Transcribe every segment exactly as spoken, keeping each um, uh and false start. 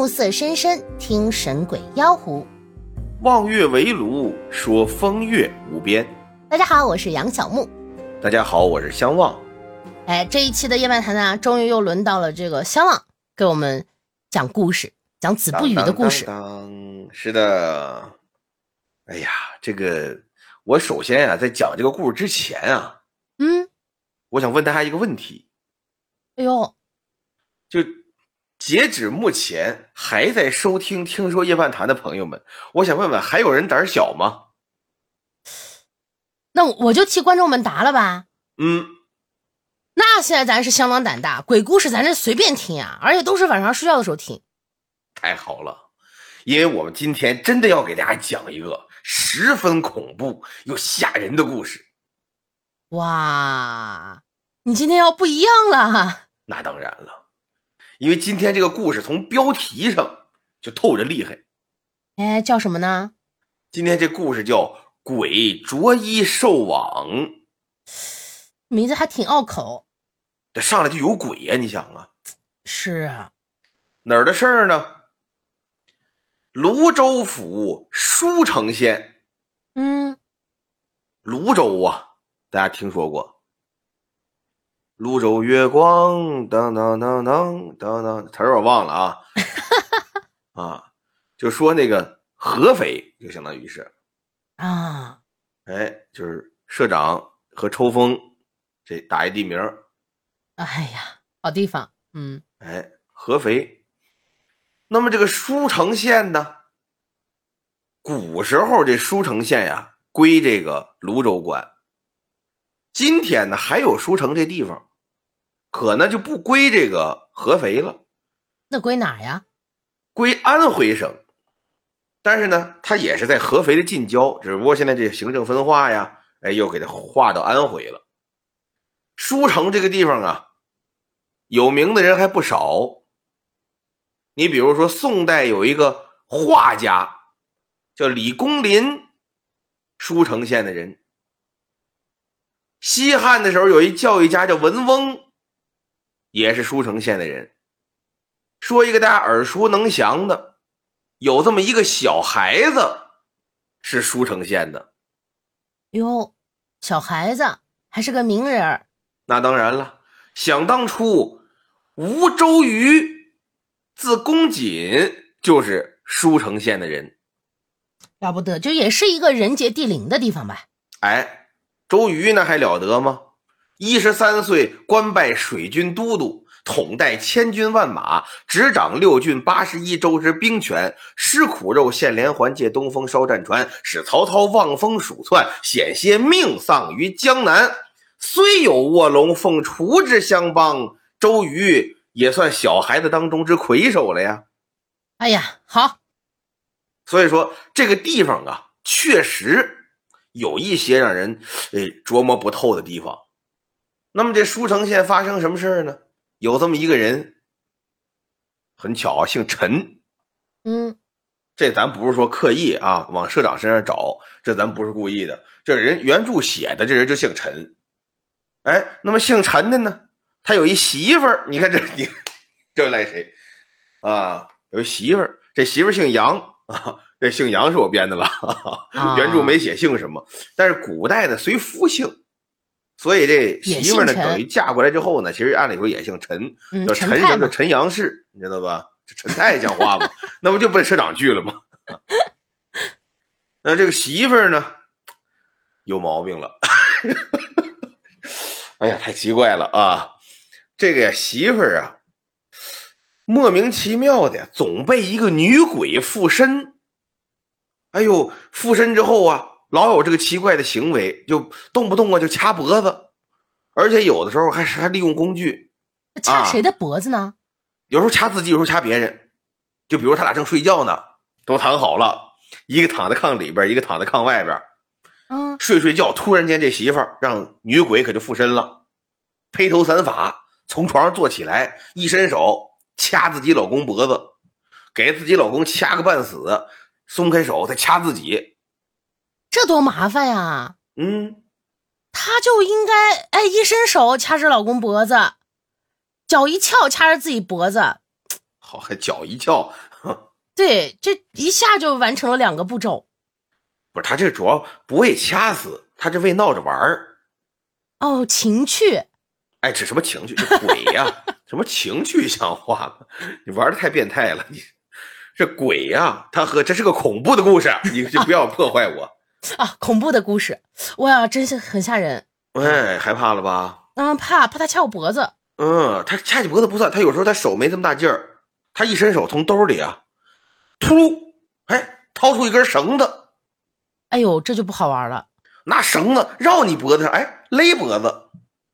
暮色深深，听神鬼妖狐。 望月围炉，说风月无边。 大家好，我是杨小木。 大家好，我是相望。 哎，这一期的夜半谈呢，终于又轮到了这个相望给我们讲故事，讲子不语的故事。 当当当是的。哎呀，这个我首先啊，在讲这个故事之前啊， 嗯， 我想问大家一个问题。 哎呦， 就截止目前还在收听听说夜半谈的朋友们，我想问问，还有人胆小吗？ 那我就替观众们答了吧。 嗯， 那现在咱是相当胆大，鬼故事咱是随便听啊，而且都是晚上睡觉的时候听。 太好了，因为我们今天真的要给大家讲一个十分恐怖又吓人的故事。 哇，你今天要不一样了。 那当然了，因为今天这个故事从标题上就透着厉害。 哎，叫什么呢？ 今天这故事叫鬼着衣受网， 名字还挺拗口。 这上来就有鬼呀、啊、你想啊。 是啊。 哪儿的事儿呢？泸州府舒城县。 嗯， 泸州啊，大家听说过？泸州月光，当当当当当当，词儿我忘了啊。啊，就说那个合肥，就相当于是啊， 哎，就是社长和抽风这打一地名。 哎呀，好地方。嗯， 哎，合肥。那么这个舒城县呢，古时候这舒城县呀归这个泸州管，今天呢还有舒城这地方，可能就不归这个合肥了。 那归哪儿呀？ 归安徽省。但是呢它也是在合肥的近郊，只不过现在这行政分化呀，哎，又给它划到安徽了。舒城这个地方啊，有名的人还不少。你比如说宋代有一个画家叫李公麟，舒城县的人。西汉的时候有一教育家叫文翁，也是舒城县的人。说一个大家耳熟能详的，有这么一个小孩子是舒城县的。 哟，小孩子还是个名人。 那当然了，想当初吴周瑜字公瑾就是舒城县的人。 了不得，就也是一个人杰地灵的地方吧。 哎，周瑜呢还了得吗？一十三岁官拜水军都督，统带千军万马，执掌六郡八十一州之兵权，吃苦肉，献连环，借东风，烧战船，使曹操望风鼠窜，险些命丧于江南。虽有卧龙凤雏之相帮，周瑜也算小孩子当中之魁首了呀。 哎呀，好。 所以说这个地方啊，确实有一些让人哎琢磨不透的地方。那么这舒城县发生什么事呢？有这么一个人，很巧啊，姓陈。 嗯， 这咱不是说刻意啊往社长身上找，这咱不是故意的，这人原著写的这人就姓陈。哎，那么姓陈的呢，他有一媳妇儿，你看这你这赖谁啊？有一媳妇儿，这媳妇儿姓杨啊，这姓杨是我编的了，啊、原著没写姓什么，但是古代的随夫姓，所以这媳妇儿呢等于嫁过来之后呢，其实按理说也姓陈， 嗯、 叫陈什么？陈杨氏，你知道吧？这陈太像话吗？那不就奔社长去了吗？那这个媳妇儿呢，有毛病了。哎呀，太奇怪了啊！这个媳妇儿啊，莫名其妙的总被一个女鬼附身。哎呦，附身之后啊，老有这个奇怪的行为，就动不动啊就掐脖子，而且有的时候还还利用工具。 掐谁的脖子呢？ 啊、有时候掐自己，有时候掐别人。就比如他俩正睡觉呢，都躺好了，一个躺在炕里边，一个躺在炕外边。 嗯， 睡睡觉，突然间这媳妇儿让女鬼可就附身了，披头散发从床上坐起来，一伸手掐自己老公脖子，给自己老公掐个半死，松开手再掐自己。 这多麻烦呀！ 嗯， 她就应该哎一伸手掐着老公脖子，脚一翘掐着自己脖子。 好，还搅一搅。 对，这一下就完成了两个步骤。 不是，他这主要不为掐死，他这为闹着玩儿。 哦，情趣。 哎，这什么情趣？这鬼呀、啊！什么情趣像话吗？你玩的太变态了！你这鬼呀、啊，他和这是个恐怖的故事，你就不要破坏我啊！恐怖的故事，哇，真是很吓人。 哎，害怕了吧？ 嗯，怕怕他掐我脖子。 嗯，他掐你脖子不算，他有时候他手没这么大劲儿，他一伸手从兜里啊，突噜，哎，掏出一根绳子。 哎呦，这就不好玩了。 拿绳子绕你脖子上，哎，勒脖子。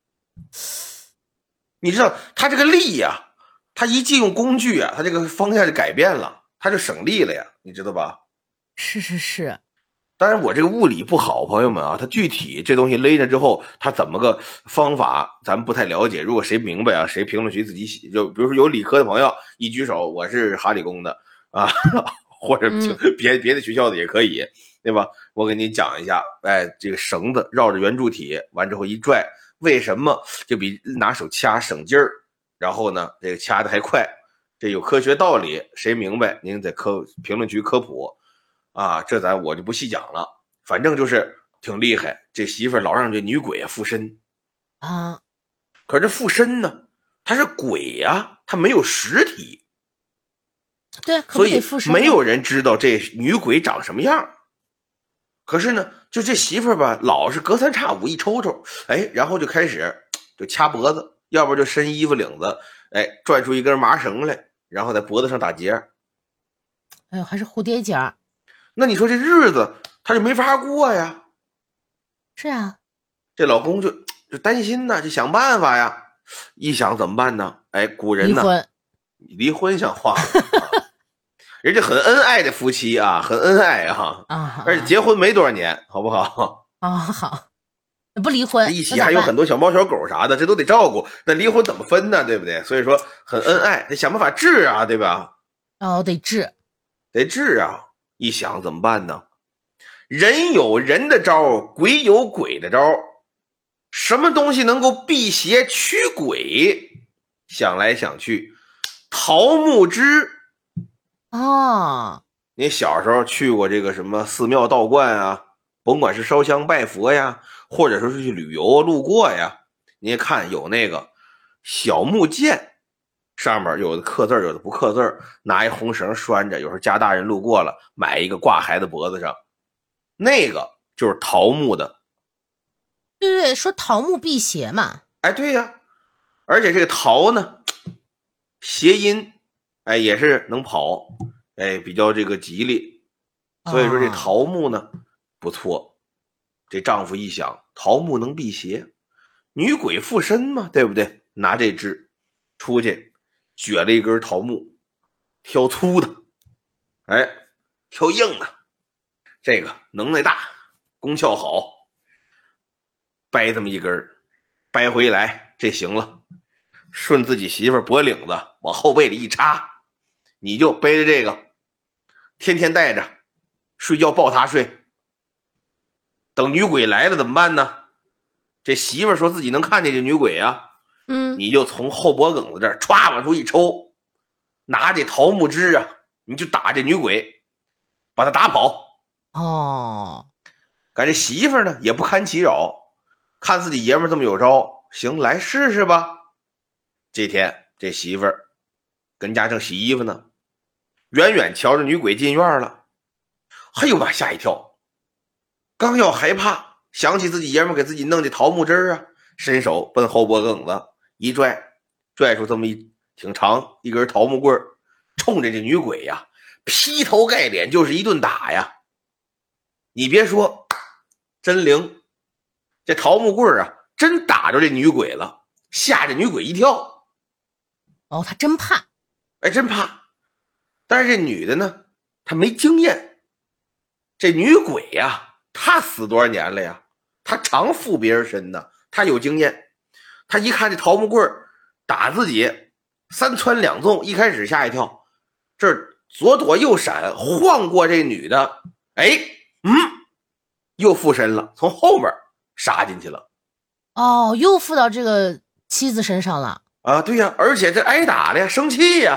你知道他这个力呀、啊，他一借用工具啊，他这个方向就改变了，他就省力了呀，你知道吧？ 是是是。 当然我这个物理不好，朋友们啊，他具体这东西勒着之后，他怎么个方法，咱们不太了解。如果谁明白啊，谁评论区自己写，就比如说有理科的朋友一举手，我是哈理工的啊，或者别别的学校的也可以，对吧？我给你讲一下，哎，这个绳子绕着圆柱体，完之后一拽，为什么就比拿手掐省劲儿？然后呢，这个掐的还快，这有科学道理，谁明白？您在科评论区科普。啊，这咱我就不细讲了，反正就是挺厉害。这媳妇儿老让这女鬼啊附身啊， 可是这附身呢，她是鬼呀、啊，她没有实体， 对， 所以没有人知道这女鬼长什么样。可是呢，就这媳妇儿吧，老是隔三差五一抽抽，哎，然后就开始就掐脖子，要不就伸衣服领子，哎，拽出一根麻绳来，然后在脖子上打结。 哎呦，还是蝴蝶结。 那你说这日子他就没法过呀？ 是啊， 这老公就就担心呢，就想办法呀。一想怎么办呢？哎，古人呢， 离婚， 离婚像话吗？人家很恩爱的夫妻啊，很恩爱啊， 啊， 而且结婚没多少年，好不好？ 啊，好，不离婚， 一起还有很多小猫小狗啥的，这都得照顾。那离婚怎么分呢？对不对？所以说很恩爱，得想办法治啊，对吧？ 哦，得治， 得治啊。一想怎么办呢？人有人的招，鬼有鬼的招，什么东西能够辟邪驱鬼？想来想去，桃木枝。 哦， 你小时候去过这个什么寺庙道观啊，甭管是烧香拜佛呀，或者说是去旅游路过呀，你看有那个小木剑，上面有的刻字有的不刻字，拿一红绳拴着，有时候家大人路过了买一个挂孩子脖子上，那个就是桃木的。 对对，说桃木辟邪嘛。 哎，对呀，而且这个桃呢，谐音，哎，也是能跑，哎，比较这个吉利，所以说这桃木呢、哦、不错。这丈夫一想，桃木能辟邪，女鬼附身嘛，对不对？拿这支出去。撅了一根桃木，挑粗的，哎，挑硬的，这个能耐大，功效好，掰这么一根，掰回来，这行了，顺自己媳妇脖领子往后背里一插，你就背着这个，天天带着，睡觉抱他睡。等女鬼来了怎么办呢？这媳妇说自己能看见这女鬼啊。 嗯， 你就从后脖梗子这儿歘往出一抽，拿这桃木枝啊，你就打这女鬼，把她打跑。 哦， 感觉媳妇呢也不堪其扰，看自己爷们这么有招，行，来试试吧。这天这媳妇儿跟家正洗衣服呢，远远瞧着女鬼进院了，哎呦妈，吓一跳，刚要害怕，想起自己爷们给自己弄的桃木枝啊，伸手奔后脖梗子一拽，拽出这么一挺长一根桃木棍，冲着这女鬼呀，劈头盖脸就是一顿打呀。你别说，真灵，这桃木棍啊，真打着这女鬼了，吓这女鬼一跳。 哦，她真怕， 哎，真怕。但是这女的呢，她没经验。这女鬼呀，她死多少年了呀？她常附别人身呢，她有经验。他一看这桃木棍打自己三窜两纵，一开始吓一跳，这左躲右闪，晃过这女的，哎，嗯，又附身了，从后边杀进去了。 哦，又附到这个妻子身上了啊，对呀，而且这挨打了呀，生气呀，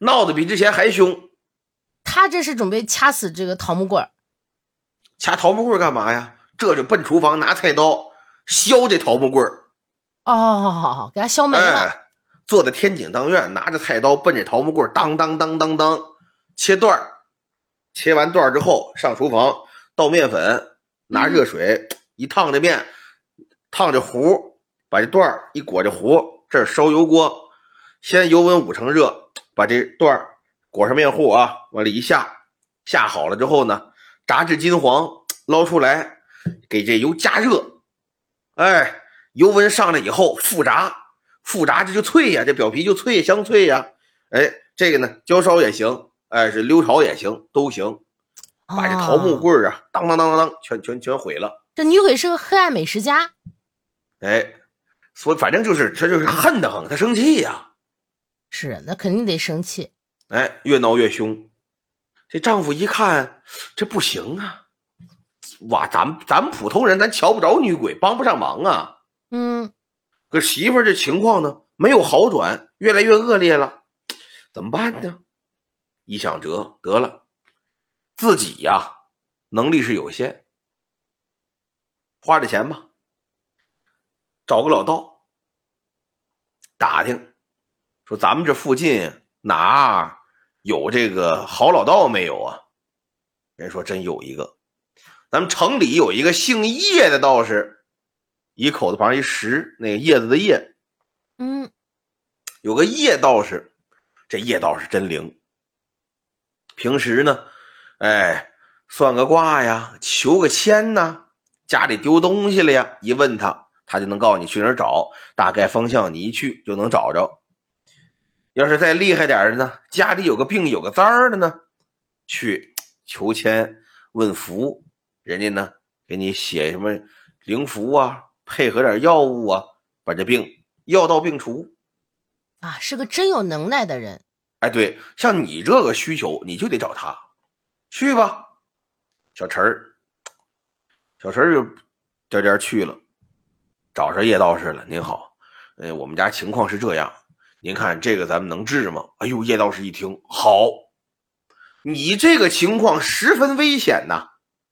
闹得比之前还凶。 他这是准备掐死这个桃木棍儿。 掐桃木棍干嘛呀？这就奔厨房拿菜刀削这桃木棍儿。 哦，好好好，给他削没了。 哎，坐在天井当院，拿着菜刀奔着桃木棍儿当当当当当切段儿。切完段儿之后，上厨房倒面粉，拿热水、嗯、一烫这面，烫着糊，把这段儿一裹着糊，这儿烧油锅，先油温五成热，把这段儿裹上面糊啊，往里一下，下好了之后呢，炸至金黄，捞出来，给这油加热，哎。油温上来以后复炸，复炸这就脆呀，这表皮就脆香脆呀。哎，这个呢焦烧也行，哎是溜炒也行，都行。把这桃木棍啊，当当当当当，全全全毁了。 这女鬼是个黑暗美食家。 哎，所以反正就是他就是恨得很，他生气呀。 是，那肯定得生气。 哎，越闹越凶。这丈夫一看，这不行啊！哇，咱们咱们普通人，咱瞧不着女鬼，帮不上忙啊。 嗯， 可媳妇儿这情况呢没有好转，越来越恶劣了，怎么办呢？一想辙，得了，自己呀能力是有限，花点钱吧，找个老道打听，说咱们这附近哪有这个好老道没有啊？人说真有一个，咱们城里有一个姓叶的道士。一口字旁一石，那个叶子的叶， 嗯， 有个叶道士，这叶道士真灵。平时呢，哎，算个卦呀，求个签呐，家里丢东西了呀，一问他，他就能告诉你去哪儿找，大概方向你一去就能找着。要是再厉害点的呢，家里有个病有个灾儿的呢，去求签问符，人家呢给你写什么灵符啊。配合点药物啊，把这病药到病除啊，是个真有能耐的人。 哎，对，像你这个需求，你就得找他去吧。小陈儿，小陈儿就颠颠去了，找着叶道士了。您好，呃，我们家情况是这样，您看这个咱们能治吗？哎呦，叶道士一听，好，你这个情况十分危险呐，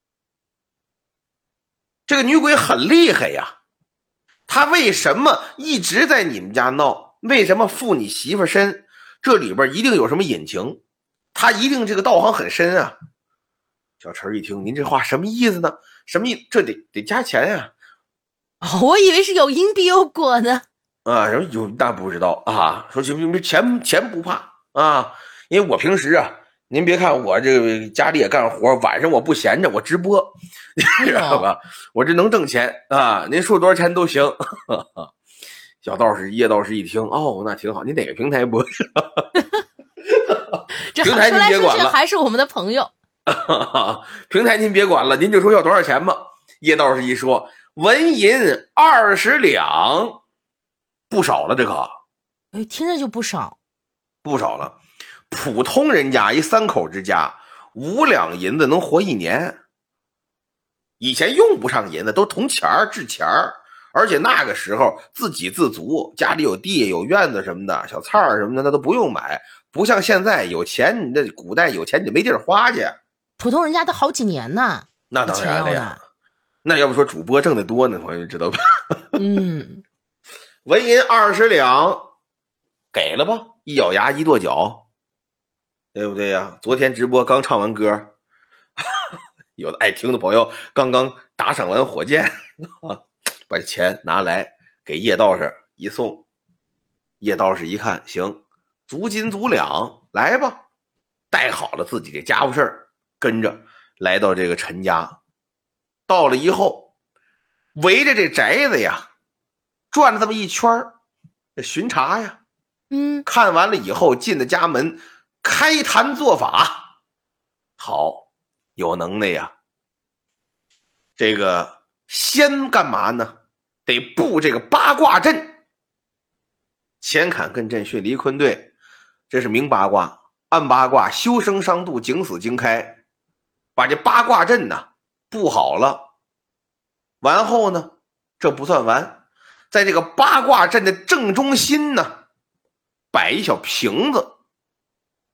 这个女鬼很厉害呀。他为什么一直在你们家闹？为什么附你媳妇身？这里边一定有什么隐情，他一定这个道行很深啊。小陈一听，您这话什么意思呢？什么意？这得得加钱呀、 啊！哦，我以为是有因必有果呢。 啊，什么有那不知道啊？说钱钱不怕啊，因为我平时啊，您别看我这个家里也干活，晚上我不闲着，我直播，你知道吧？我这能挣钱啊！您说多少钱都行。小道士叶道士一听，哦，那挺好。你哪个平台播？ 这平台您别管了， 还是我们的朋友。 平台您别管了，您就说要多少钱吧。叶道士一说，纹银二十两，不少了，这可。 哎，听着就不少， 不少了。普通人家一三口之家，五两银子能活一年。以前用不上银子，都铜钱儿、制钱儿，而且那个时候自给自足，家里有地、有院子什么的，小菜儿什么的，那都不用买。不像现在有钱，你这古代有钱你没地儿花去。 普通人家都好几年呢。 那当然了呀。那要不说主播挣得多呢，朋友知道吧？ 嗯， 纹银二十两，给了吧？一咬牙，一跺脚。对不对呀？昨天直播刚唱完歌，有的爱听的朋友刚刚打赏完火箭，把钱拿来给叶道士一送。叶道士一看，行，足斤足两，来吧，带好了自己的家务事儿，跟着来到这个陈家。到了以后，围着这宅子呀，转了这么一圈，巡查呀。 嗯， 看完了以后，进了家门。开坛做法，好，有能耐呀。这个先干嘛呢？得布这个八卦阵。乾坎艮震巽离坤兑，这是明八卦，暗八卦修生伤度景死经开。把这八卦阵呢布好了，完后呢，这不算完，在这个八卦阵的正中心呢，摆一小瓶子。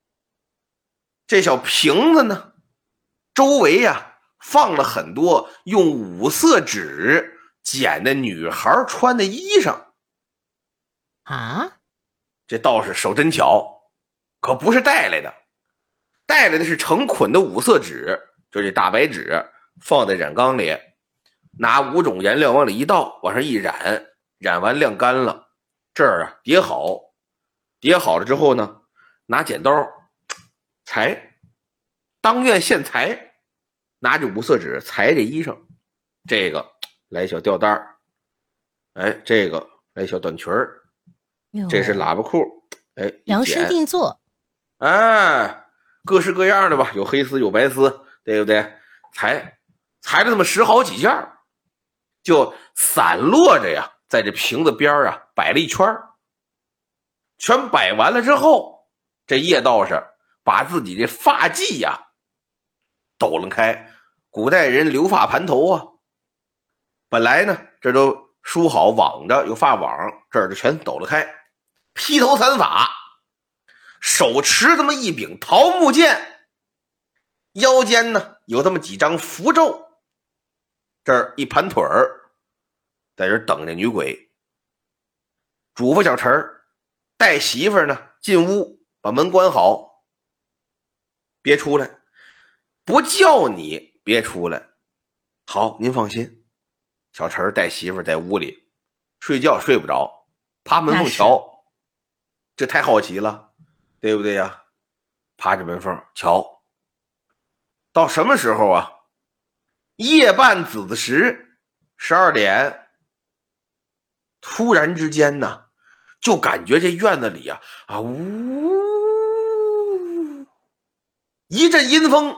这小瓶子呢，周围呀、放了很多用五色纸剪的女孩穿的衣裳啊。 这道士手真巧，可不是带来的，带来的是成捆的五色纸，就这大白纸放在染缸里，拿五种颜料往里一倒，往上一染，染完晾干了，这儿啊叠好，叠好了之后呢，拿剪刀裁，当院现裁，拿着五色纸裁这衣裳，这个来小吊带儿，哎，这个来小短裙儿，这是喇叭裤，哎， 量身定做， 哎，各式各样的吧，有黑丝有白丝，对不对？裁裁了这么十好几件，就散落着呀，在这瓶子边啊摆了一圈，全摆完了之后，这叶道士把自己这发髻呀抖楞开，古代人留发盘头啊，本来呢这都梳好网着有发网，这儿就全抖了开，披头散发，手持这么一柄桃木剑，腰间呢有这么几张符咒，这儿一盘腿儿，在这等着女鬼，嘱咐小陈儿带媳妇儿呢进屋，把门关好，别出来，不叫你别出来。好，您放心，小陈儿带媳妇儿在屋里睡觉睡不着，趴门缝瞧，这太好奇了，对不对呀？趴着门缝瞧，到什么时候啊？夜半子时，十二点，突然之间呢，就感觉这院子里啊啊呜，一阵阴风，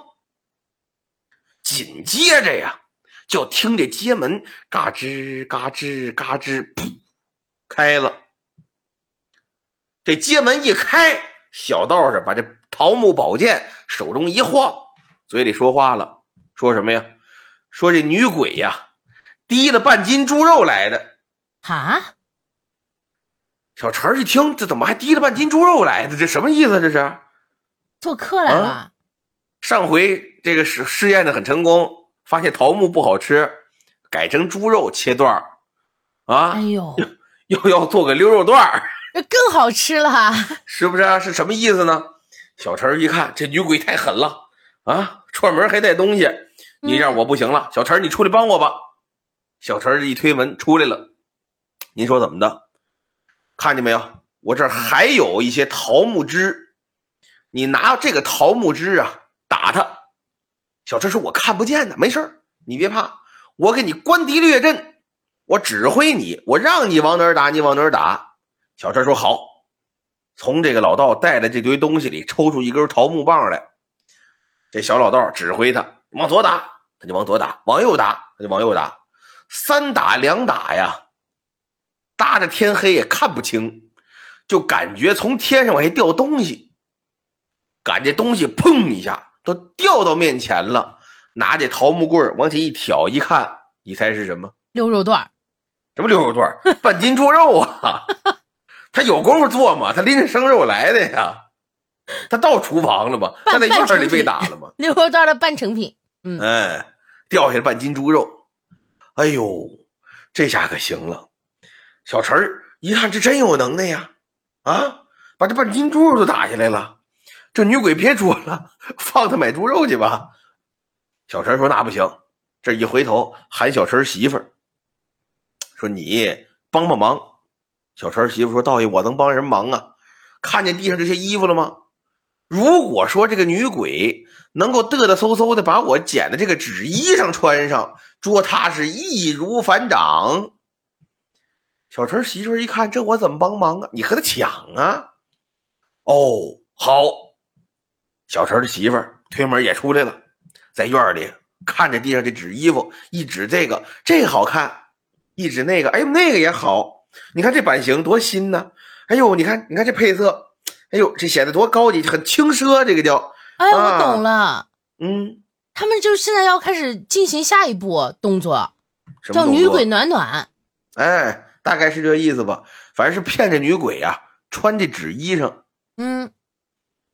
紧接着呀，就听这街门嘎吱嘎吱嘎吱，噗，开了。这街门一开，小道士把这桃木宝剑手中一晃，嘴里说话了，说什么呀？说这女鬼呀，提了半斤猪肉来的。 啊！ 小陈一听，这怎么还提了半斤猪肉来的？这什么意思？这是做客来了。 啊、上回这个试试验的很成功，发现桃木不好吃，改成猪肉切段啊！ 哎呦， 又, 又要做个溜肉段， 这更好吃了， 是不是啊？是什么意思呢？小陈一看，这女鬼太狠了啊！串门还带东西，你让我不行了，嗯、小陈你出来帮我吧。小陈一推门出来了，您说怎么的？看见没有？我这儿还有一些桃木枝，你拿这个桃木枝啊打他。小陈说我看不见的，没事你别怕，我给你观敌略阵，我指挥你，我让你往哪儿打你往哪儿打。小陈说好，从这个老道带的这堆东西里抽出一根桃木棒来，这小老道指挥他往左打，他就往左打，往右打，他就往右打，三打两打呀，搭着天黑也看不清，就感觉从天上往下掉东西，感觉东西砰一下都掉到面前了，拿这桃木棍往起一挑，一看，你猜是什么？ 溜肉段。 什么溜肉段？半斤猪肉啊！他有功夫做吗？他拎着生肉来的呀，他到厨房了吗？他在院里被打了吗？ 溜肉段的半成品。嗯， 哎，掉下来半斤猪肉，哎呦，这下可行了。小陈儿一看，这真有能耐呀！啊，把这半斤猪肉都打下来了。这女鬼别捉了，放他买猪肉去吧。小陈说那不行，这一回头喊小陈媳妇儿，说你帮帮忙。小陈媳妇说道爷我能帮什么忙啊？看见地上这些衣服了吗？如果说这个女鬼能够嘚嘚嗖嗖的把我捡的这个纸衣裳穿上，捉她是易如反掌。小陈媳妇一看，这我怎么帮忙啊？你和他抢啊！哦，好。小陈的媳妇推门也出来了，在院里看着地上这纸衣服，一指这个，这个好看，一指那个，哎呦那个也好。你看这版型多新呢！哎呦，你看，你看这配色，哎呦，这显得多高级，很轻奢，这个叫。 哎，我懂了。 啊、嗯， 他们就现在要开始进行下一步动作， 什么动作？ 叫女鬼暖暖。 哎，大概是这意思吧。反正是骗着女鬼啊，穿这纸衣裳。 嗯，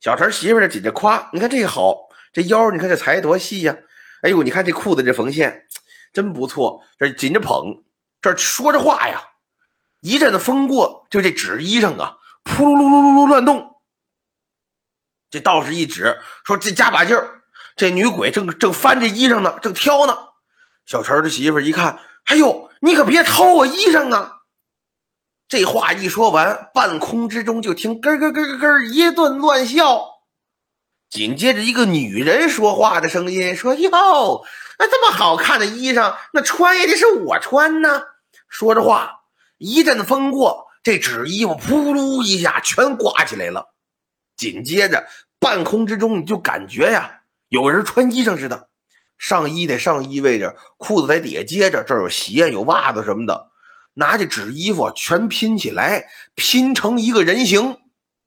小陈媳妇儿紧着夸，你看这个好，这腰你看这裁多细呀、啊！哎呦，你看这裤子这缝线真不错，这紧着捧，这说着话呀，一阵子风过，就这纸衣裳啊，扑噜噜噜噜噜乱动。这道士一指说：“这加把劲儿！”这女鬼正正翻这衣裳呢，正挑呢。小陈的媳妇一看，哎呦，你可别掏我衣裳啊！这话一说完，半空之中就听咯咯咯咯咯一顿乱笑。紧接着一个女人说话的声音说：“哟，那这么好看的衣裳，那穿也得是我穿呢。”说着话，一阵风过，这纸衣服扑噜一下全刮起来了。紧接着半空之中你就感觉呀，有人穿衣裳似的，上衣得上衣位置，裤子在底下接着，这儿有鞋有袜子什么的，拿着纸衣服全拼起来，拼成一个人形。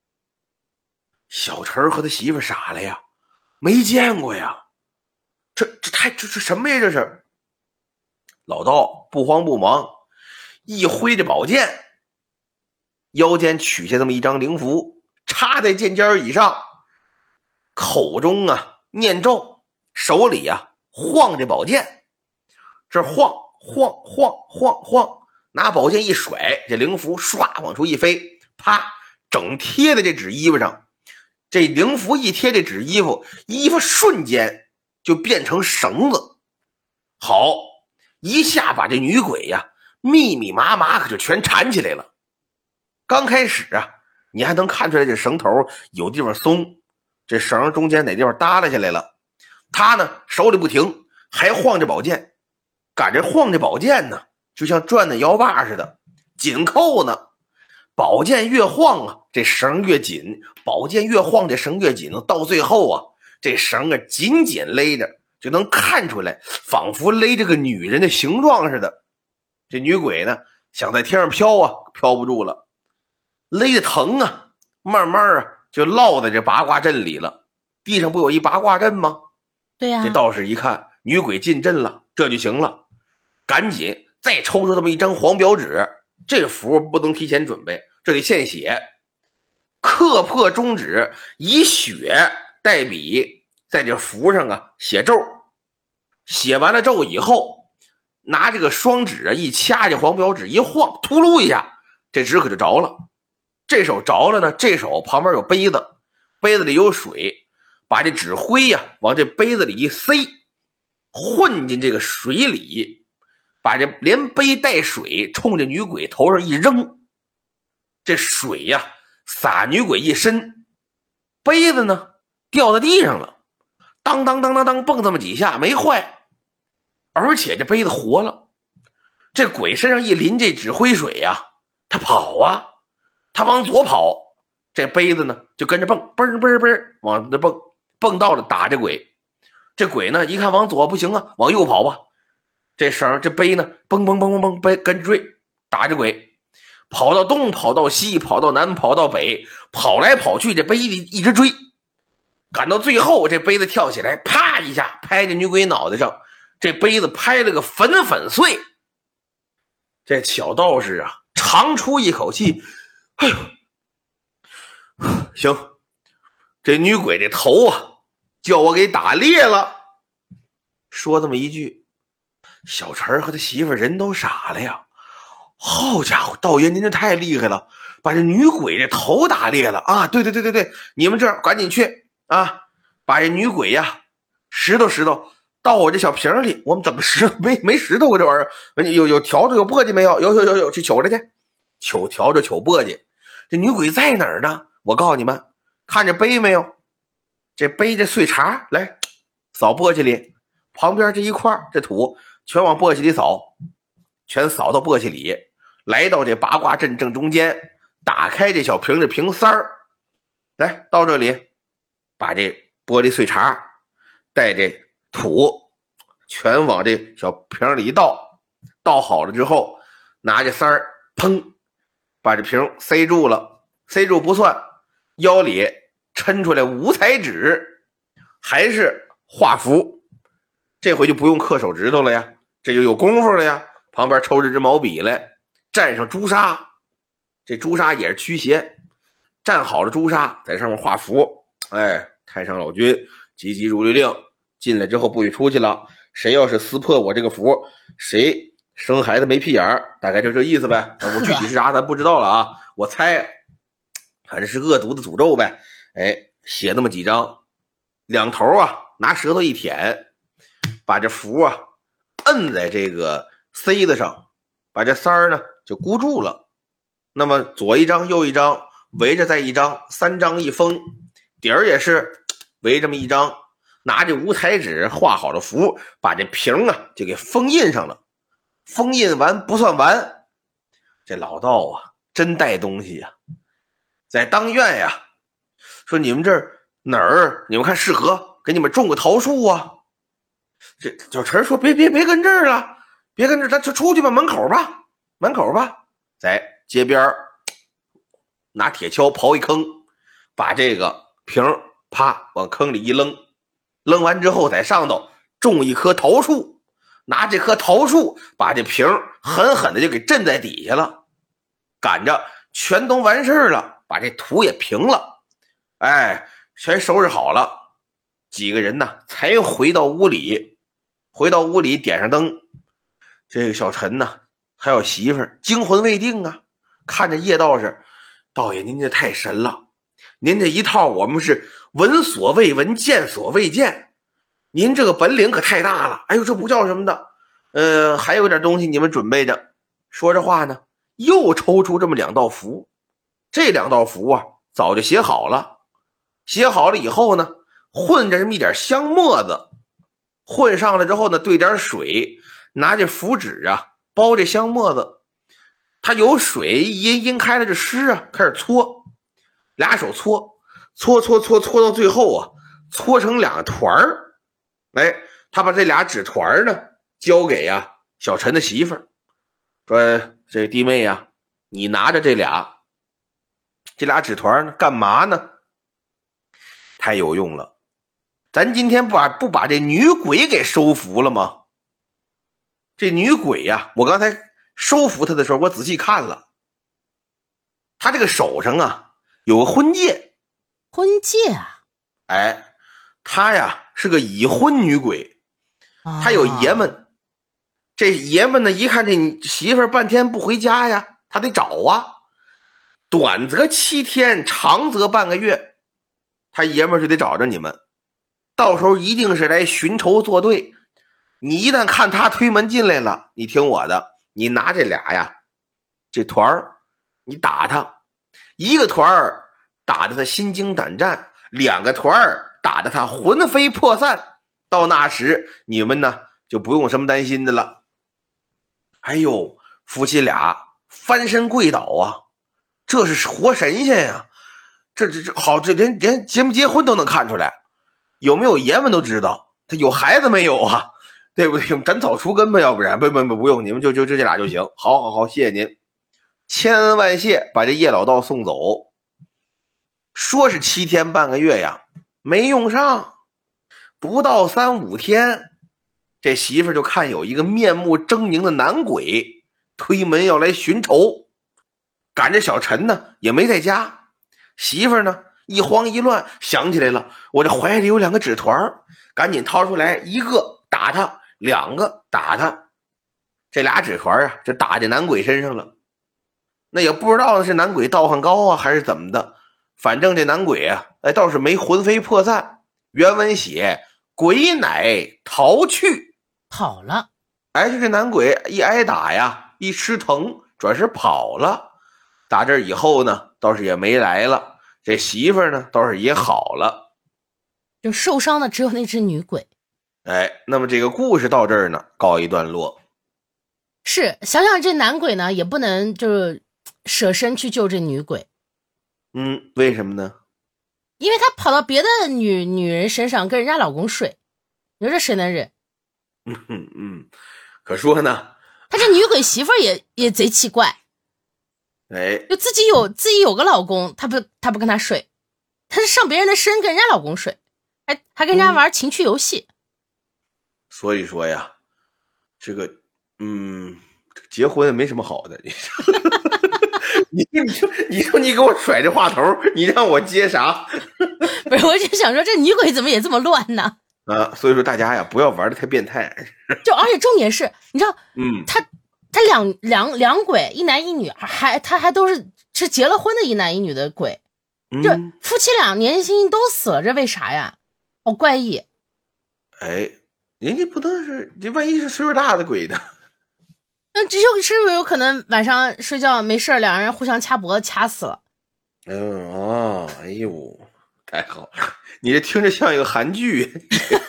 小陈和他媳妇傻了呀，没见过呀，这这太这这什么呀？这是老道不慌不忙，一挥着宝剑，腰间取下这么一张灵符，插在剑尖以上，口中啊念咒，手里啊晃着宝剑，这晃晃晃晃晃，拿宝剑一甩，这灵符唰往出一飞，啪，整贴在这纸衣服上。这灵符一贴这纸衣服，衣服瞬间就变成绳子，好，一下把这女鬼呀密密麻麻可就全缠起来了。刚开始啊，你还能看出来这绳头有地方松，这绳中间哪地方耷拉下来了。他呢手里不停，还晃着宝剑，赶着晃着宝剑呢，就像转的摇把似的，紧扣呢。宝剑越晃啊，这绳越紧，宝剑越晃，这绳越紧，到最后啊，这绳啊紧紧勒着，就能看出来，仿佛勒着个女人的形状似的。这女鬼呢，想在天上飘啊，飘不住了，勒得疼啊，慢慢啊就落在这八卦阵里了。地上不有一八卦阵吗？ 对呀、啊。 这道士一看女鬼进阵了，这就行了，赶紧再抽出这么一张黄表纸，这符不能提前准备，这得现写，刻破中指，以血代笔，在这符上啊写咒。写完了咒以后，拿这个双指啊一掐，这黄表纸一晃，突噜一下，这纸可就着了。这手着了呢，这手旁边有杯子，杯子里有水，把这纸灰呀、啊、往这杯子里一塞，混进这个水里，把这连杯带水冲着女鬼头上一扔，这水呀、啊、洒女鬼一身，杯子呢掉在地上了，当当当当当蹦这么几下没坏，而且这杯子活了。这鬼身上一淋这纸灰水呀、啊，他跑啊，他往左跑，这杯子呢就跟着蹦，嘣嘣嘣往那蹦，蹦到了打这鬼。这鬼呢一看往左不行啊，往右跑吧。这绳这杯呢蹦蹦蹦蹦蹦跟追打这鬼，跑到东跑到西跑到南跑到北，跑来跑去，这杯子一直追，赶到最后这杯子跳起来，啪一下拍这女鬼脑袋上，这杯子拍了个粉粉碎。这小道士啊长出一口气，哎呦，行，这女鬼这头啊叫我给打裂了。说这么一句，小陈和他媳妇人都傻了呀。好家伙，道爷您这太厉害了，把这女鬼这头打裂了啊！对对对对对，你们这儿赶紧去啊，把这女鬼呀石头石头到我这小瓶里。我们怎么石没没石头啊？这玩意儿有有笤帚有簸箕没有？有有有有，去取来去，取笤帚取簸箕。这女鬼在哪儿呢？我告诉你们，看这杯没有？这杯这碎茬，来扫簸箕里，旁边这一块这土全往簸箕里扫，全扫到簸箕里，来到这八卦阵正中间，打开这小瓶的瓶塞儿，来到这里，把这玻璃碎茬带这土全往这小瓶里一倒，倒好了之后，拿这塞儿砰把这瓶塞住了，塞住不算，腰里抻出来五彩纸，还是画符，这回就不用刻手指头了呀，这就有功夫了呀。旁边抽着支毛笔来，蘸上朱砂，这朱砂也是驱邪，蘸好了朱砂在上面画符， 哎，太上老君急急如律令，进来之后不许出去了。谁要是撕破我这个符，谁生孩子没屁眼儿，大概就这意思呗。我具体是啥咱不知道了啊，我猜反正是恶毒的诅咒呗。哎，写那么几张，两头啊拿舌头一舔，把这符啊摁在这个塞子上，把这塞儿呢就箍住了。那么左一张右一张围着再一张，三张一封，底儿也是围这么一张，拿这五彩纸画好了符，把这瓶啊就给封印上了。封印完不算完，这老道啊真带东西呀、啊，在当院呀、啊、说你们这儿哪儿你们看适合给你们种个桃树啊。这小陈说别别别跟这儿了，别跟这儿，咱就出去吧，门口吧，门口吧，在街边拿铁锹刨一坑，把这个瓶啪往坑里一扔，扔完之后在上头种一棵桃树，拿这棵桃树把这瓶狠狠的就给震在底下了，赶着全都完事了，把这土也平了，哎，全收拾好了。几个人呢才回到屋里，回到屋里点上灯。这个小陈呢还有媳妇儿惊魂未定啊，看着叶道士，道爷您这太神了，您这一套我们是闻所未闻见所未见，您这个本领可太大了，哎呦这不叫什么的，呃还有点东西你们准备着。说着话呢又抽出这么两道符，这两道符啊早就写好了，写好了以后呢混着这么一点香沫子，混上了之后呢兑点水，拿这符纸啊包这香沫子，它有水阴阴开了这湿啊，开始搓，俩手搓搓搓搓搓到最后啊搓成两个团儿。哎，他把这俩纸团呢交给呀、啊、小陈的媳妇儿，说这弟妹呀，你拿着这俩这俩纸团呢干嘛呢？太有用了，咱今天不把不把这女鬼给收服了吗？这女鬼呀、啊，我刚才收服她的时候我仔细看了，她这个手上啊有个婚戒。 婚戒啊？ 哎，她呀是个已婚女鬼，她有爷们、啊、这爷们呢一看这媳妇儿半天不回家呀，他得找啊，短则七天，长则半个月，他爷们儿就得找着你们，到时候一定是来寻仇作对。你一旦看他推门进来了，你听我的，你拿这俩呀这团儿你打他，一个团儿打得他心惊胆战，两个团儿打得他魂飞魄散，到那时你们呢就不用什么担心的了。哎呦，夫妻俩翻身跪倒啊，这是活神仙呀、啊！这这这好，这连连结没结婚都能看出来，有没有爷们都知道，他有孩子没有啊？对不对？斩草除根吧，要不然不不不不用，你们就就就这俩就行。好好好，谢谢您，千恩万谢，把这叶老道送走。说是七天半个月呀，没用上，不到三五天，这媳妇就看有一个面目狰狞的男鬼推门要来寻仇，赶着小陈呢也没在家，媳妇呢一慌一乱想起来了，我这怀里有两个纸团，赶紧掏出来，一个打他，两个打他，这俩纸团啊就打在男鬼身上了。那也不知道是男鬼道行高啊还是怎么的，反正这男鬼啊哎倒是没魂飞魄散，原文写鬼乃逃去， 跑了。 哎，就这男鬼一挨打呀一吃疼转身跑了，打这以后呢倒是也没来了，这媳妇呢倒是也好了， 就受伤的只有那只女鬼。 哎，那么这个故事到这儿呢告一段落。 是，想想这男鬼呢也不能就是舍身去救这女鬼。 嗯，为什么呢？ 因为他跑到别的女女人身上跟人家老公睡，你说这谁能忍？ 嗯嗯，可说呢， 他这女鬼媳妇儿也也贼奇怪， 哎， 就自己有自己有个老公，他不他不跟他睡，他是上别人的身跟人家老公睡，还还跟人家玩情趣游戏。嗯、 所以说呀，这个嗯，结婚也没什么好的，你你你说你说你给我甩这话头，你让我接啥？ 不是，我就想说这女鬼怎么也这么乱呢？ 啊，所以说大家呀，不要玩的太变态。 就而且重点是，你知道， 嗯， 他他两两两鬼，一男一女，还他还都是是结了婚的一男一女的鬼，这嗯， 夫妻俩年纪轻轻都死了，这为啥呀？好怪异。 哎，人家不能是，这万一是岁数大的鬼呢？ 那这就是不是有可能晚上睡觉没事两人互相掐脖子掐死了？ 嗯哦，哎呦，太好了，你这听着像一个韩剧。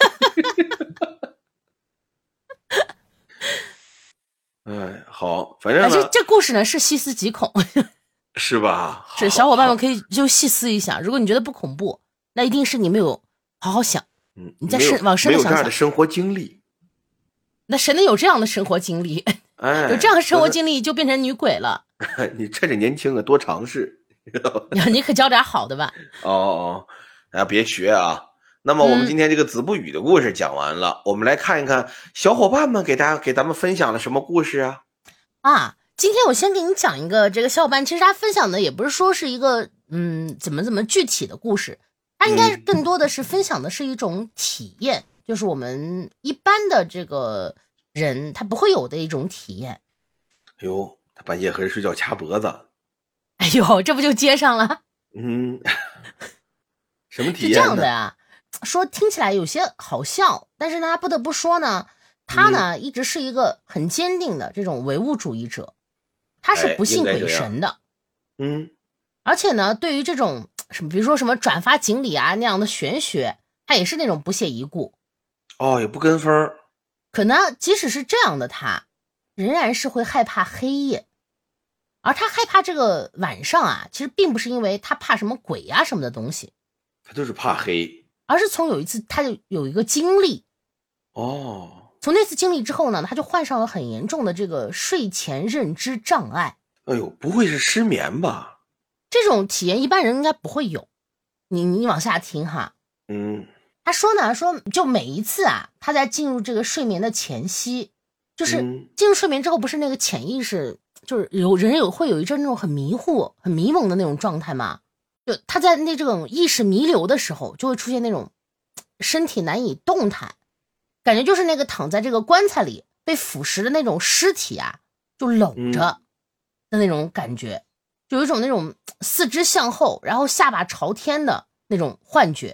哎，好，反正呢， 这这故事呢是细思极恐， 是吧？ 是小伙伴们可以就细思一下，如果你觉得不恐怖，那一定是你没有好好想， 嗯， 你再深往深的想想，没有这样的生活经历。 那谁能有这样的生活经历？ 哎， 有这样的生活经历就变成女鬼了。 你趁着年轻啊，多尝试。 你可教点好的吧。 哦哦，啊，别学啊。那么我们今天这个子不语的故事讲完了，嗯、我们来看一看小伙伴们给大家给咱们分享了什么故事啊？ 啊，今天我先给你讲一个这个小伙伴，其实他分享的也不是说是一个嗯怎么怎么具体的故事，他应该更多的是分享的是一种体验，嗯、就是我们一般的这个人他不会有的一种体验。 哎呦，他半夜合着睡觉掐脖子。 哎呦，这不就接上了？ 嗯，什么体验呢？ 是这样的呀。说听起来有些好笑，但是呢不得不说呢，他呢、嗯、一直是一个很坚定的这种唯物主义者，他是不信鬼神的。 嗯， 而且呢对于这种什么比如说什么转发锦鲤啊那样的玄学，他也是那种不屑一顾。 哦，也不跟风。 可能即使是这样的他，仍然是会害怕黑夜。而他害怕这个晚上啊，其实并不是因为他怕什么鬼啊什么的东西， 他就是怕黑。 而是从有一次他就有一个经历。 哦， 从那次经历之后呢，他就患上了很严重的这个睡前认知障碍。 哎呦，不会是失眠吧？ 这种体验一般人应该不会有。你你往下听哈。 嗯， 他说呢，说就每一次啊，他在进入这个睡眠的前夕，就是进入睡眠之后，不是那个潜意识，就是有人有会有一阵那种很迷糊、很迷蒙的那种状态嘛。就他在那这种意识弥留的时候，就会出现那种身体难以动弹，感觉就是那个躺在这个棺材里被腐蚀的那种尸体啊，就搂着的那种感觉，就有一种那种四肢向后，然后下巴朝天的那种幻觉。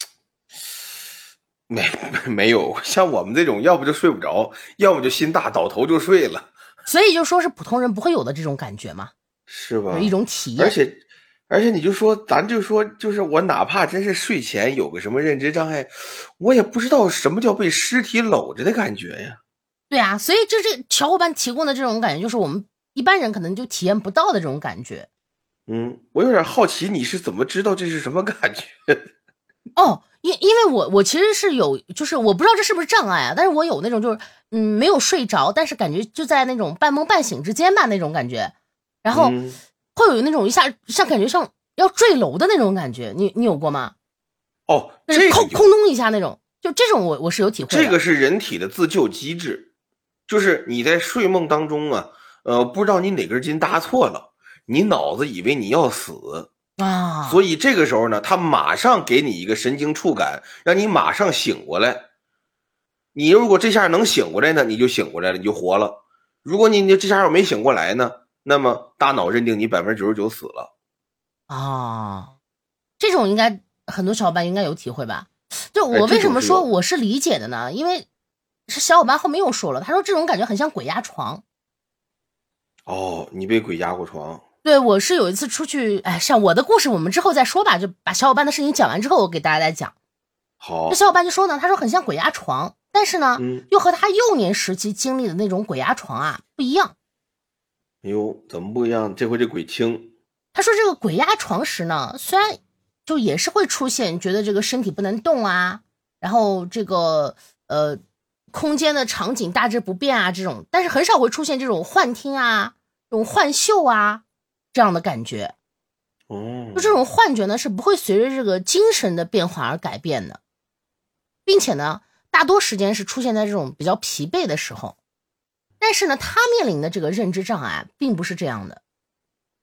没没有，像我们这种，要不就睡不着，要不就心大倒头就睡了。 所以就说是普通人不会有的这种感觉嘛， 是吧？ 有一种体验。 而且。而且你就说，咱就说，就是我哪怕真是睡前有个什么认知障碍，我也不知道什么叫被尸体搂着的感觉呀。 对啊，所以这这小伙伴提供的这种感觉，就是我们一般人可能就体验不到的这种感觉。 嗯，我有点好奇，你是怎么知道这是什么感觉？ 哦，因因为我我其实是有，就是我不知道这是不是障碍啊，但是我有那种就是嗯没有睡着，但是感觉就在那种半梦半醒之间吧那种感觉，然后。嗯会有那种一下像感觉像要坠楼的那种感觉，你你有过吗？ 哦， 这个空空洞一下那种，就这种我我是有体会的。 这个是人体的自救机制，就是你在睡梦当中啊，呃，不知道你哪根筋搭错了，你脑子以为你要死啊， 所以这个时候呢，他马上给你一个神经触感，让你马上醒过来。你如果这下能醒过来呢，你就醒过来了，你就活了。如果你你这下要没醒过来呢？那么大脑认定你百分之九十九死了啊，这种应该很多小伙伴应该有体会吧？就我为什么说我是理解的呢？因为是小伙伴后面又说了，他说这种感觉很像鬼压床。 哦，你被鬼压过床？ 对，我是有一次出去，哎，像我的故事我们之后再说吧，就把小伙伴的事情讲完之后，我给大家再讲。 好， 这小伙伴就说呢，他说很像鬼压床，但是呢， 嗯、 又和他幼年时期经历的那种鬼压床啊不一样。 哎呦，怎么不一样？这回这鬼轻。 他说这个鬼压床时呢，虽然就也是会出现觉得这个身体不能动啊，然后这个呃空间的场景大致不变啊这种，但是很少会出现这种幻听啊、这种幻嗅啊这样的感觉。 哦， 就这种幻觉呢是不会随着这个精神的变化而改变的，并且呢大多时间是出现在这种比较疲惫的时候。但是呢，他面临的这个认知障碍并不是这样的。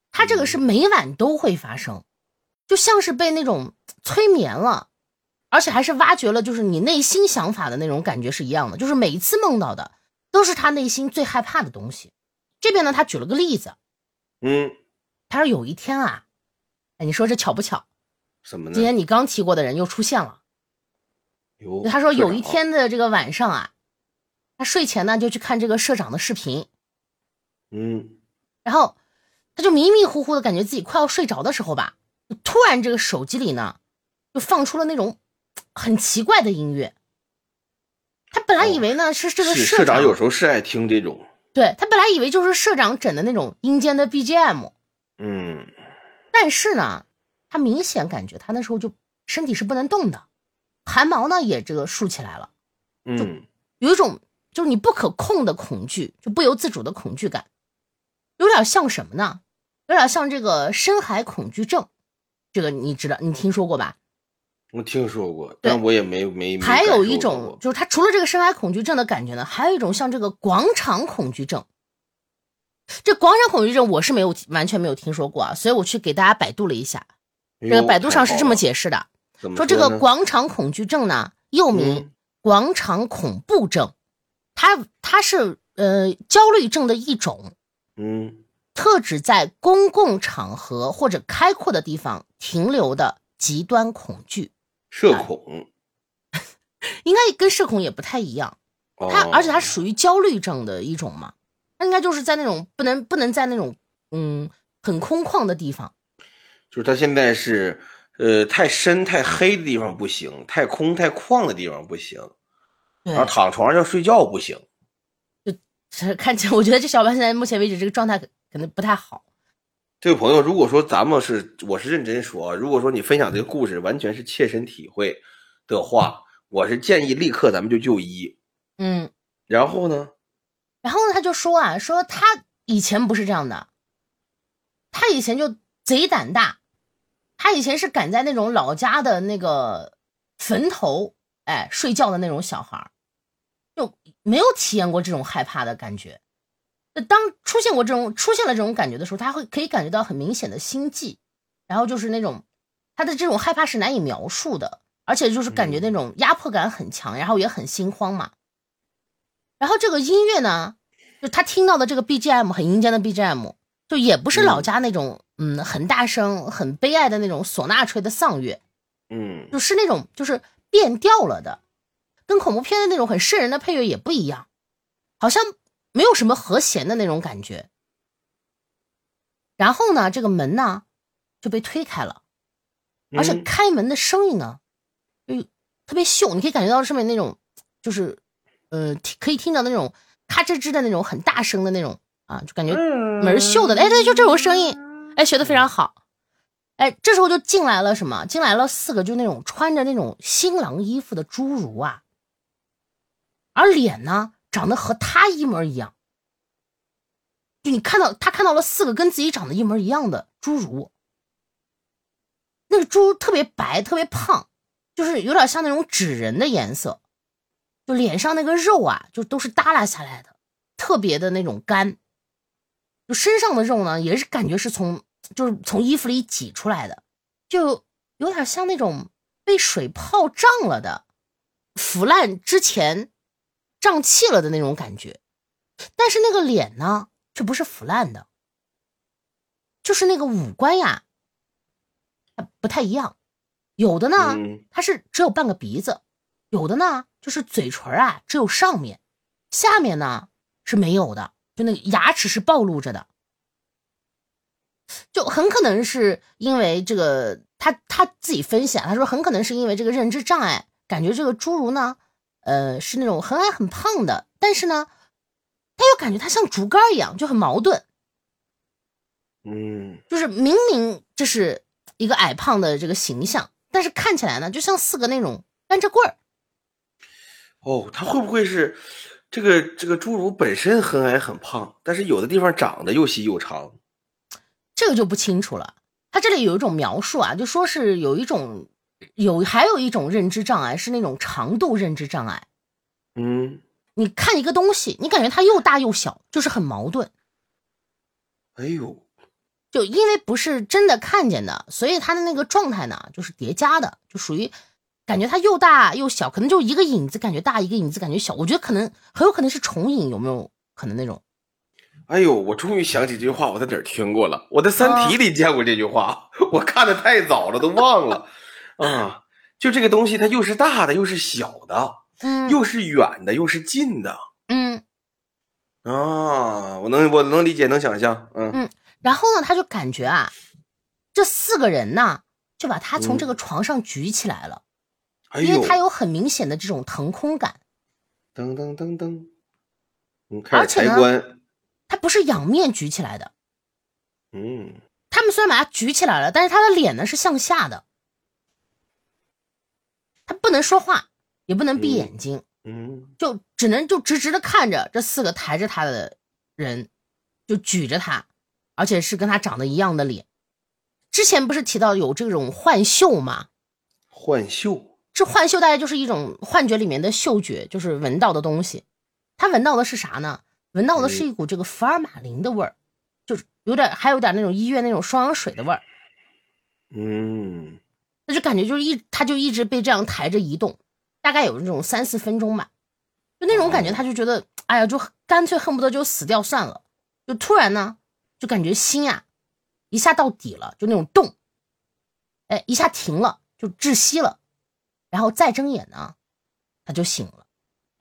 他这个是每晚都会发生，就像是被那种催眠了，而且还是挖掘了就是你内心想法的那种感觉是一样的，就是每一次梦到的都是他内心最害怕的东西。这边呢，他举了个例子， 嗯， 他说有一天啊，哎，你说这巧不巧？ 什么呢？ 今天你刚提过的人又出现了。 哟， 他说有一天的这个晚上啊，他睡前呢就去看这个社长的视频， 嗯， 然后他就迷迷糊糊的感觉自己快要睡着的时候吧，突然这个手机里呢就放出了那种很奇怪的音乐。他本来以为呢、哦、是这个社长有时候是爱听这种， 对，他本来以为就是社长整的那种阴间的 B G M， 嗯， 但是呢他明显感觉他那时候就身体是不能动的，汗毛呢也这个竖起来了，就有一种就是你不可控的恐惧，就不由自主的恐惧感，有点像什么呢？有点像这个深海恐惧症，这个你知道你听说过吧？ 我听说过，但我也没没没还有一种就是他除了这个深海恐惧症的感觉呢，还有一种像这个广场恐惧症。这广场恐惧症我是没有完全没有听说过啊，所以我去给大家百度了一下，这个百度上是这么解释的， 说, 说这个广场恐惧症呢又名广场恐怖症，它它是呃焦虑症的一种， 嗯， 特指在公共场合或者开阔的地方停留的极端恐惧。 社恐、 啊、应该跟社恐也不太一样，它、哦、而且它属于焦虑症的一种嘛，它应该就是在那种不能不能在那种嗯很空旷的地方， 就是它现在是呃太深太黑的地方不行，太空太旷的地方不行，然后躺床上要睡觉不行， 就看起来我觉得这小白现在目前为止这个状态可能不太好。 这位朋友，如果说咱们是我是认真说，如果说你分享这个故事完全是切身体会的话，我是建议立刻咱们就就医。 嗯， 然后呢？ 然后呢他就说啊，说他以前不是这样的，他以前就贼胆大，他以前是赶在那种老家的那个坟头哎睡觉的那种小孩，就没有体验过这种害怕的感觉。当出现过这种出现了这种感觉的时候，他会可以感觉到很明显的心悸，然后就是那种他的这种害怕是难以描述的，而且就是感觉那种压迫感很强，然后也很心慌嘛。然后这个音乐呢，就他听到的这个 B G M 很阴间的 B G M， 就也不是老家那种 嗯, 嗯很大声很悲哀的那种唢呐吹的丧乐， 嗯， 就是那种就是变调了的，跟恐怖片的那种很瘆人的配乐也不一样，好像没有什么和弦的那种感觉。然后呢这个门呢就被推开了，而且开门的声音呢就特别秀，你可以感觉到上面那种就是呃可以听到那种咔吱吱的那种很大声的那种啊，就感觉门秀的，哎对，就这种声音，哎学得非常好。哎这时候就进来了什么？进来了四个就那种穿着那种新郎衣服的侏儒啊，而脸呢长得和他一模一样，就你看到他看到了四个跟自己长得一模一样的侏儒，那个侏儒特别白特别胖，就是有点像那种纸人的颜色，就脸上那个肉啊就都是耷拉下来的，特别的那种干，就身上的肉呢也是感觉是从就是从衣服里挤出来的，就有点像那种被水泡胀了的腐烂之前胀气了的那种感觉。但是那个脸呢却不是腐烂的，就是那个五官呀不太一样，有的呢它是只有半个鼻子，有的呢就是嘴唇啊只有上面，下面呢是没有的，就那个牙齿是暴露着的，就很可能是因为这个他他自己分析啊，他说很可能是因为这个认知障碍，感觉这个侏儒呢呃是那种很矮很胖的，但是呢他又感觉他像竹竿一样，就很矛盾。 嗯， 就是明明这是一个矮胖的这个形象，但是看起来呢就像四个那种单着棍儿。 哦，他会不会是这个这个侏儒本身很矮很胖，但是有的地方长得又细又长？ 这个就不清楚了。他这里有一种描述啊，就说是有一种有还有一种认知障碍是那种长度认知障碍。 嗯， 你看一个东西，你感觉它又大又小，就是很矛盾。 哎呦， 就因为不是真的看见的，所以他的那个状态呢就是叠加的，就属于感觉它又大又小，可能就一个影子感觉大，一个影子感觉小。我觉得可能很有可能是重影，有没有可能那种？ 哎呦，我终于想起这句话，我在哪儿听过了？我在《三体》里见过这句话，哦、我看的太早了，都忘了啊。就这个东西，它又是大的，又是小的， 嗯， 又是远的，又是近的， 嗯， 啊，我能我能理解，能想象，嗯嗯。然后呢，他就感觉啊，这四个人呢，就把他从这个床上举起来了， 嗯、 因为他有很明显的这种腾空感。 噔噔噔噔，嗯，开始抬棺。 他不是仰面举起来的， 嗯， 他们虽然把他举起来了，但是他的脸呢是向下的，他不能说话，也不能闭眼睛， 嗯， 就只能就直直的看着这四个抬着他的人，就举着他，而且是跟他长得一样的脸。之前不是提到有这种幻嗅吗？ 幻嗅， 这幻嗅大概就是一种幻觉里面的嗅觉，就是闻到的东西。他闻到的是啥呢？闻到的是一股这个福尔马林的味儿，就是有点还有点那种医院那种双氧水的味儿。 嗯， 那就感觉就是一他就一直被这样抬着移动，大概有那种三四分钟吧，就那种感觉，他就觉得、哦、哎呀，就干脆恨不得就死掉算了。就突然呢，就感觉心啊一下到底了，就那种动，哎，一下停了，就窒息了，然后再睁眼呢，他就醒了。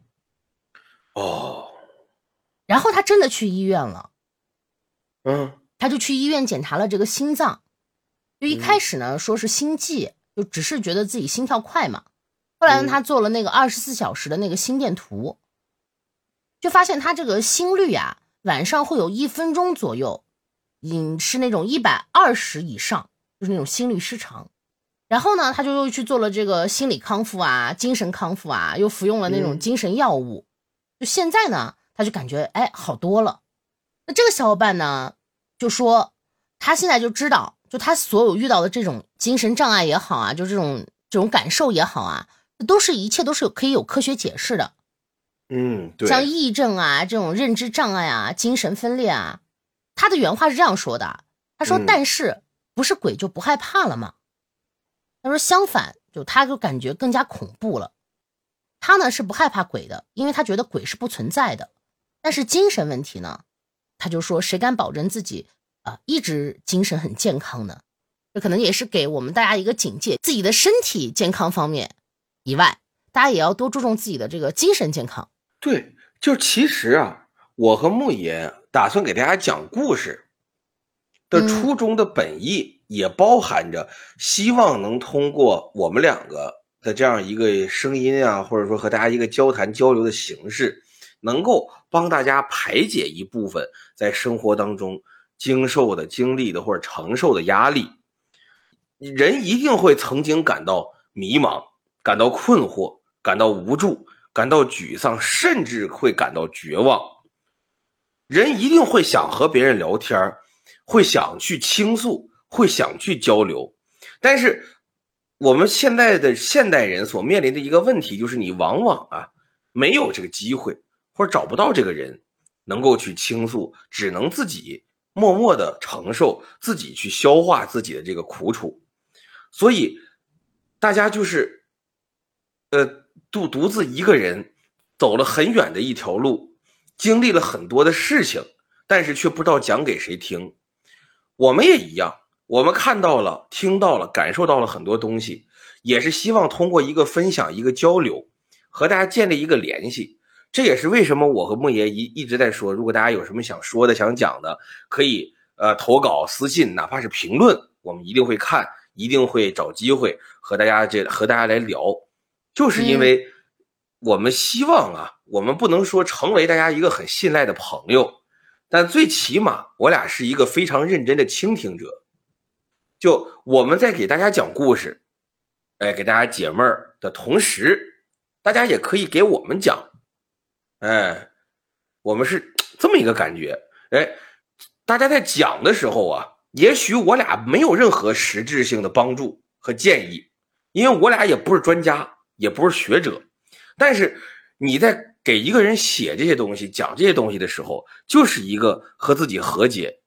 哦。 然后他真的去医院了， 嗯， 他就去医院检查了这个心脏，就一开始呢、嗯、说是心悸，就只是觉得自己心跳快嘛。后来呢，他做了那个二十四小时的那个心电图，就发现他这个心率啊，晚上会有一分钟左右，嗯，是那种一百二十以上，就是那种心律失常。然后呢，他就又去做了这个心理康复啊、精神康复啊，又服用了那种精神药物。嗯、就现在呢，他就感觉哎好多了。那这个小伙伴呢就说他现在就知道，就他所有遇到的这种精神障碍也好啊，就这种这种感受也好啊，都是一切都是有可以有科学解释的。 嗯，对， 像癔症啊这种认知障碍啊、精神分裂啊，他的原话是这样说的，他说、嗯、但是不是鬼就不害怕了吗？他说相反，就他就感觉更加恐怖了。他呢是不害怕鬼的，因为他觉得鬼是不存在的。但是精神问题呢，他就说谁敢保证自己啊、呃、一直精神很健康呢？这可能也是给我们大家一个警戒，自己的身体健康方面以外，大家也要多注重自己的这个精神健康。 对，就其实啊，我和牧野打算给大家讲故事的初衷的本意，也包含着希望能通过我们两个的这样一个声音啊，或者说和大家一个交谈交流的形式，能够帮大家排解一部分在生活当中经受的、经历的或者承受的压力。人一定会曾经感到迷茫，感到困惑，感到无助，感到沮丧，甚至会感到绝望。人一定会想和别人聊天，会想去倾诉，会想去交流。但是我们现在的现代人所面临的一个问题，就是你往往啊没有这个机会，或者找不到这个人能够去倾诉，只能自己默默的承受，自己去消化自己的这个苦楚。所以大家就是呃独独自一个人走了很远的一条路，经历了很多的事情，但是却不知道讲给谁听。我们也一样，我们看到了、听到了、感受到了很多东西，也是希望通过一个分享、一个交流，和大家建立一个联系。这也是为什么我和孟爷一一直在说，如果大家有什么想说的、想讲的，可以呃投稿、私信，哪怕是评论，我们一定会看，一定会找机会和大家这和大家来聊。就是因为我们希望啊，我们不能说成为大家一个很信赖的朋友，但最起码我俩是一个非常认真的倾听者。就我们在给大家讲故事，哎，给大家解闷儿的同时，大家也可以给我们讲，哎，我们是这么一个感觉。哎，大家在讲的时候啊，也许我俩没有任何实质性的帮助和建议，因为我俩也不是专家，也不是学者。但是你在给一个人写这些东西、讲这些东西的时候，就是一个和自己和解，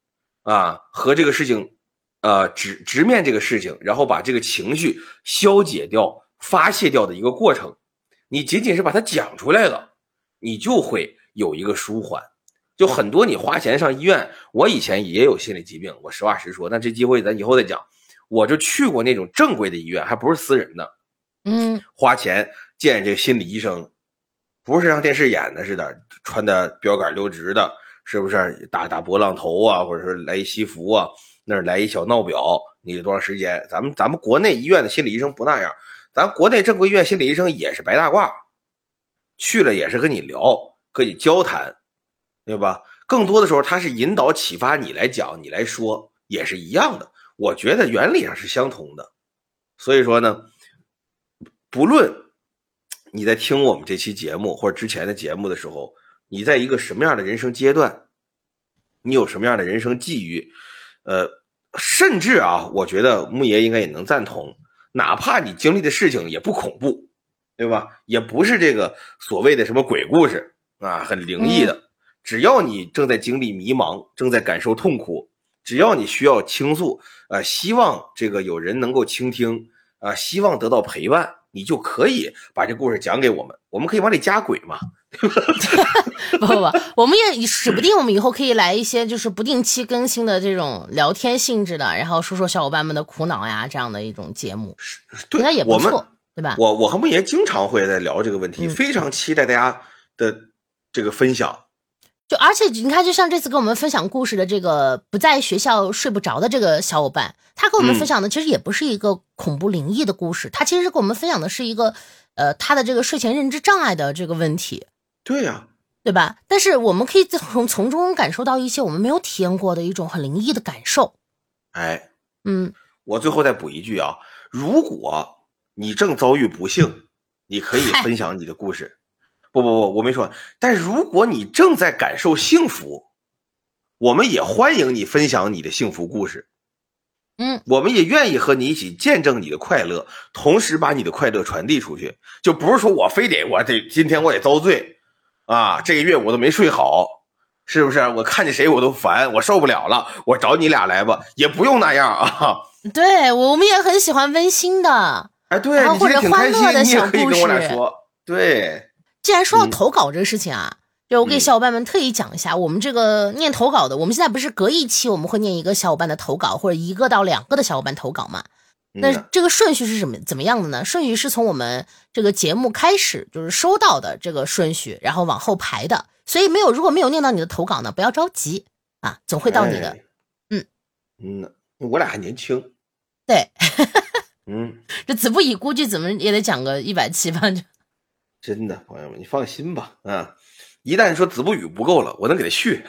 啊，和这个事情呃直直面这个事情，然后把这个情绪消解掉、发泄掉的一个过程。你仅仅是把它讲出来了，你就会有一个舒缓。就很多你花钱上医院，我以前也有心理疾病，我实话实说，那这机会咱以后再讲。我就去过那种正规的医院，还不是私人的， 嗯， 花钱见这个心理医生，不是像电视演的似的，穿的标杆溜直的，是不是打打波浪头啊，或者是来一西服啊，那儿来一小闹表，你多长时间？咱们咱们国内医院的心理医生不那样，咱国内正规医院心理医生也是白大褂，去了也是跟你聊，跟你交谈，对吧？更多的时候他是引导启发你来讲，你来说，也是一样的。我觉得原理上是相同的。所以说呢，不论你在听我们这期节目或者之前的节目的时候，你在一个什么样的人生阶段，你有什么样的人生际遇，呃，甚至啊，我觉得木爷应该也能赞同，哪怕你经历的事情也不恐怖，对吧？也不是这个所谓的什么鬼故事啊，很灵异的。只要你正在经历迷茫，正在感受痛苦，只要你需要倾诉，呃，希望这个有人能够倾听，啊、呃，希望得到陪伴，你就可以把这故事讲给我们，我们可以往里加鬼嘛。 不不不，我们也指不定我们以后可以来一些就是不定期更新的这种聊天性质的，然后说说小伙伴们的苦恼呀，这样的一种节目， 对， 应该也不错，对吧？ 我我和木爷经常会在聊这个问题，嗯、非常期待大家的这个分享。 就而且你看，就像这次跟我们分享故事的这个不在学校睡不着的这个小伙伴，他跟我们分享的其实也不是一个恐怖灵异的故事，嗯、他其实跟我们分享的是一个呃他的这个睡前认知障碍的这个问题。 对呀、啊， 对吧？但是我们可以从从中感受到一些我们没有体验过的一种很灵异的感受。 哎， 嗯， 我最后再补一句啊，如果你正遭遇不幸，你可以分享你的故事。不不不，我没说。但如果你正在感受幸福，我们也欢迎你分享你的幸福故事。 嗯， 我们也愿意和你一起见证你的快乐，同时把你的快乐传递出去。就不是说我非得我得今天我得遭罪啊，这个月我都没睡好，是不是？我看见谁我都烦，我受不了了，我找你俩来吧，也不用那样啊。 对，我们也很喜欢温馨的， 哎，对， 或者欢乐的小故事， 你也可以跟我俩说，对。 既然说到投稿这个事情啊，就、嗯、我给小伙伴们特意讲一下，我们这个念投稿的，我们现在不是隔一期我们会念一个小伙伴的投稿，或者一个到两个的小伙伴投稿嘛？那这个顺序是怎么怎么样的呢？顺序是从我们这个节目开始就是收到的这个顺序，然后往后排的。所以没有如果没有念到你的投稿呢，不要着急啊，总会到你的。哎、嗯嗯，我俩还年轻。 对， 嗯， 这子不语估计怎么也得讲个一百期吧？就真的，朋友们，你放心吧啊！一旦说子不语不够了，我能给他续，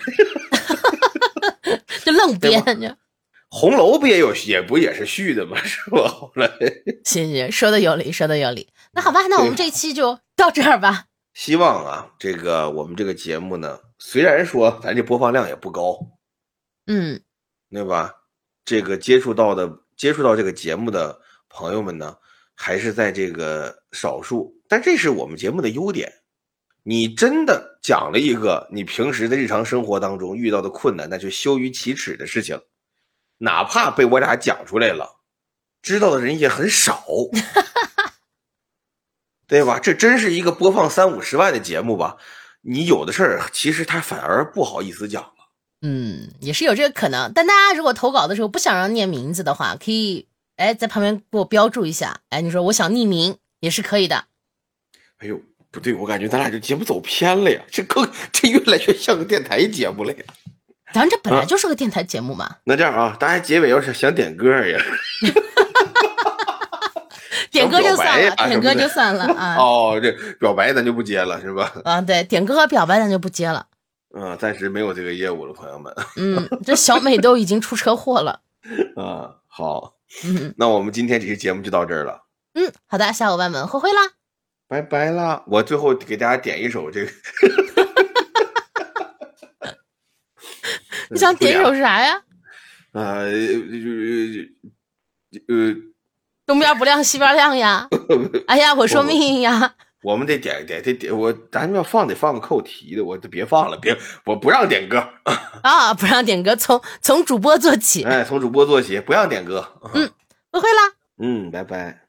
就愣编着。 红楼不也有也不也是续的吗？是吧？后来， 行行，说的有理，说的有理。那好吧，那我们这期就到这儿吧。 希望啊，这个我们这个节目呢，虽然说咱这播放量也不高， 嗯， 对吧？这个接触到的接触到这个节目的朋友们呢，还是在这个少数，但这是我们节目的优点。你真的讲了一个你平时的日常生活当中遇到的困难，那就羞于启齿的事情，哪怕被我俩讲出来了，知道的人也很少，对吧？这真是一个播放三五十万的节目吧？你有的事儿，其实他反而不好意思讲了。 嗯，也是有这个可能。但大家如果投稿的时候不想让念名字的话，可以哎在旁边给我标注一下，哎，你说我想匿名也是可以的。 哎呦，不对，我感觉咱俩这节目走偏了呀，这更这越来越像个电台节目了呀。 咱这本来就是个电台节目嘛。啊、 那这样啊，大家结尾要是想点歌呀， 点歌就算了，点歌就算了啊。 哦，这表白咱就不接了是吧？ 啊，对，点歌和表白咱就不接了。 嗯，暂时没有这个业务了，朋友们。 嗯，这小美都已经出车祸了。 啊，好， 嗯， 那我们今天这期节目就到这儿了。 嗯，好的，小伙伴们，挥挥啦， 拜拜啦！我最后给大家点一首这个。 你想点一首啥呀？ 啊，呃，呃， 东边不亮西边亮呀！哎呀，我说命呀！ 我们得点点得点，我咱们要放得放个扣题的，我就别放了，别我不让点歌啊，不让点歌，从从主播做起， 哎，从主播做起，不让点歌。 嗯，不会啦， 嗯，拜拜。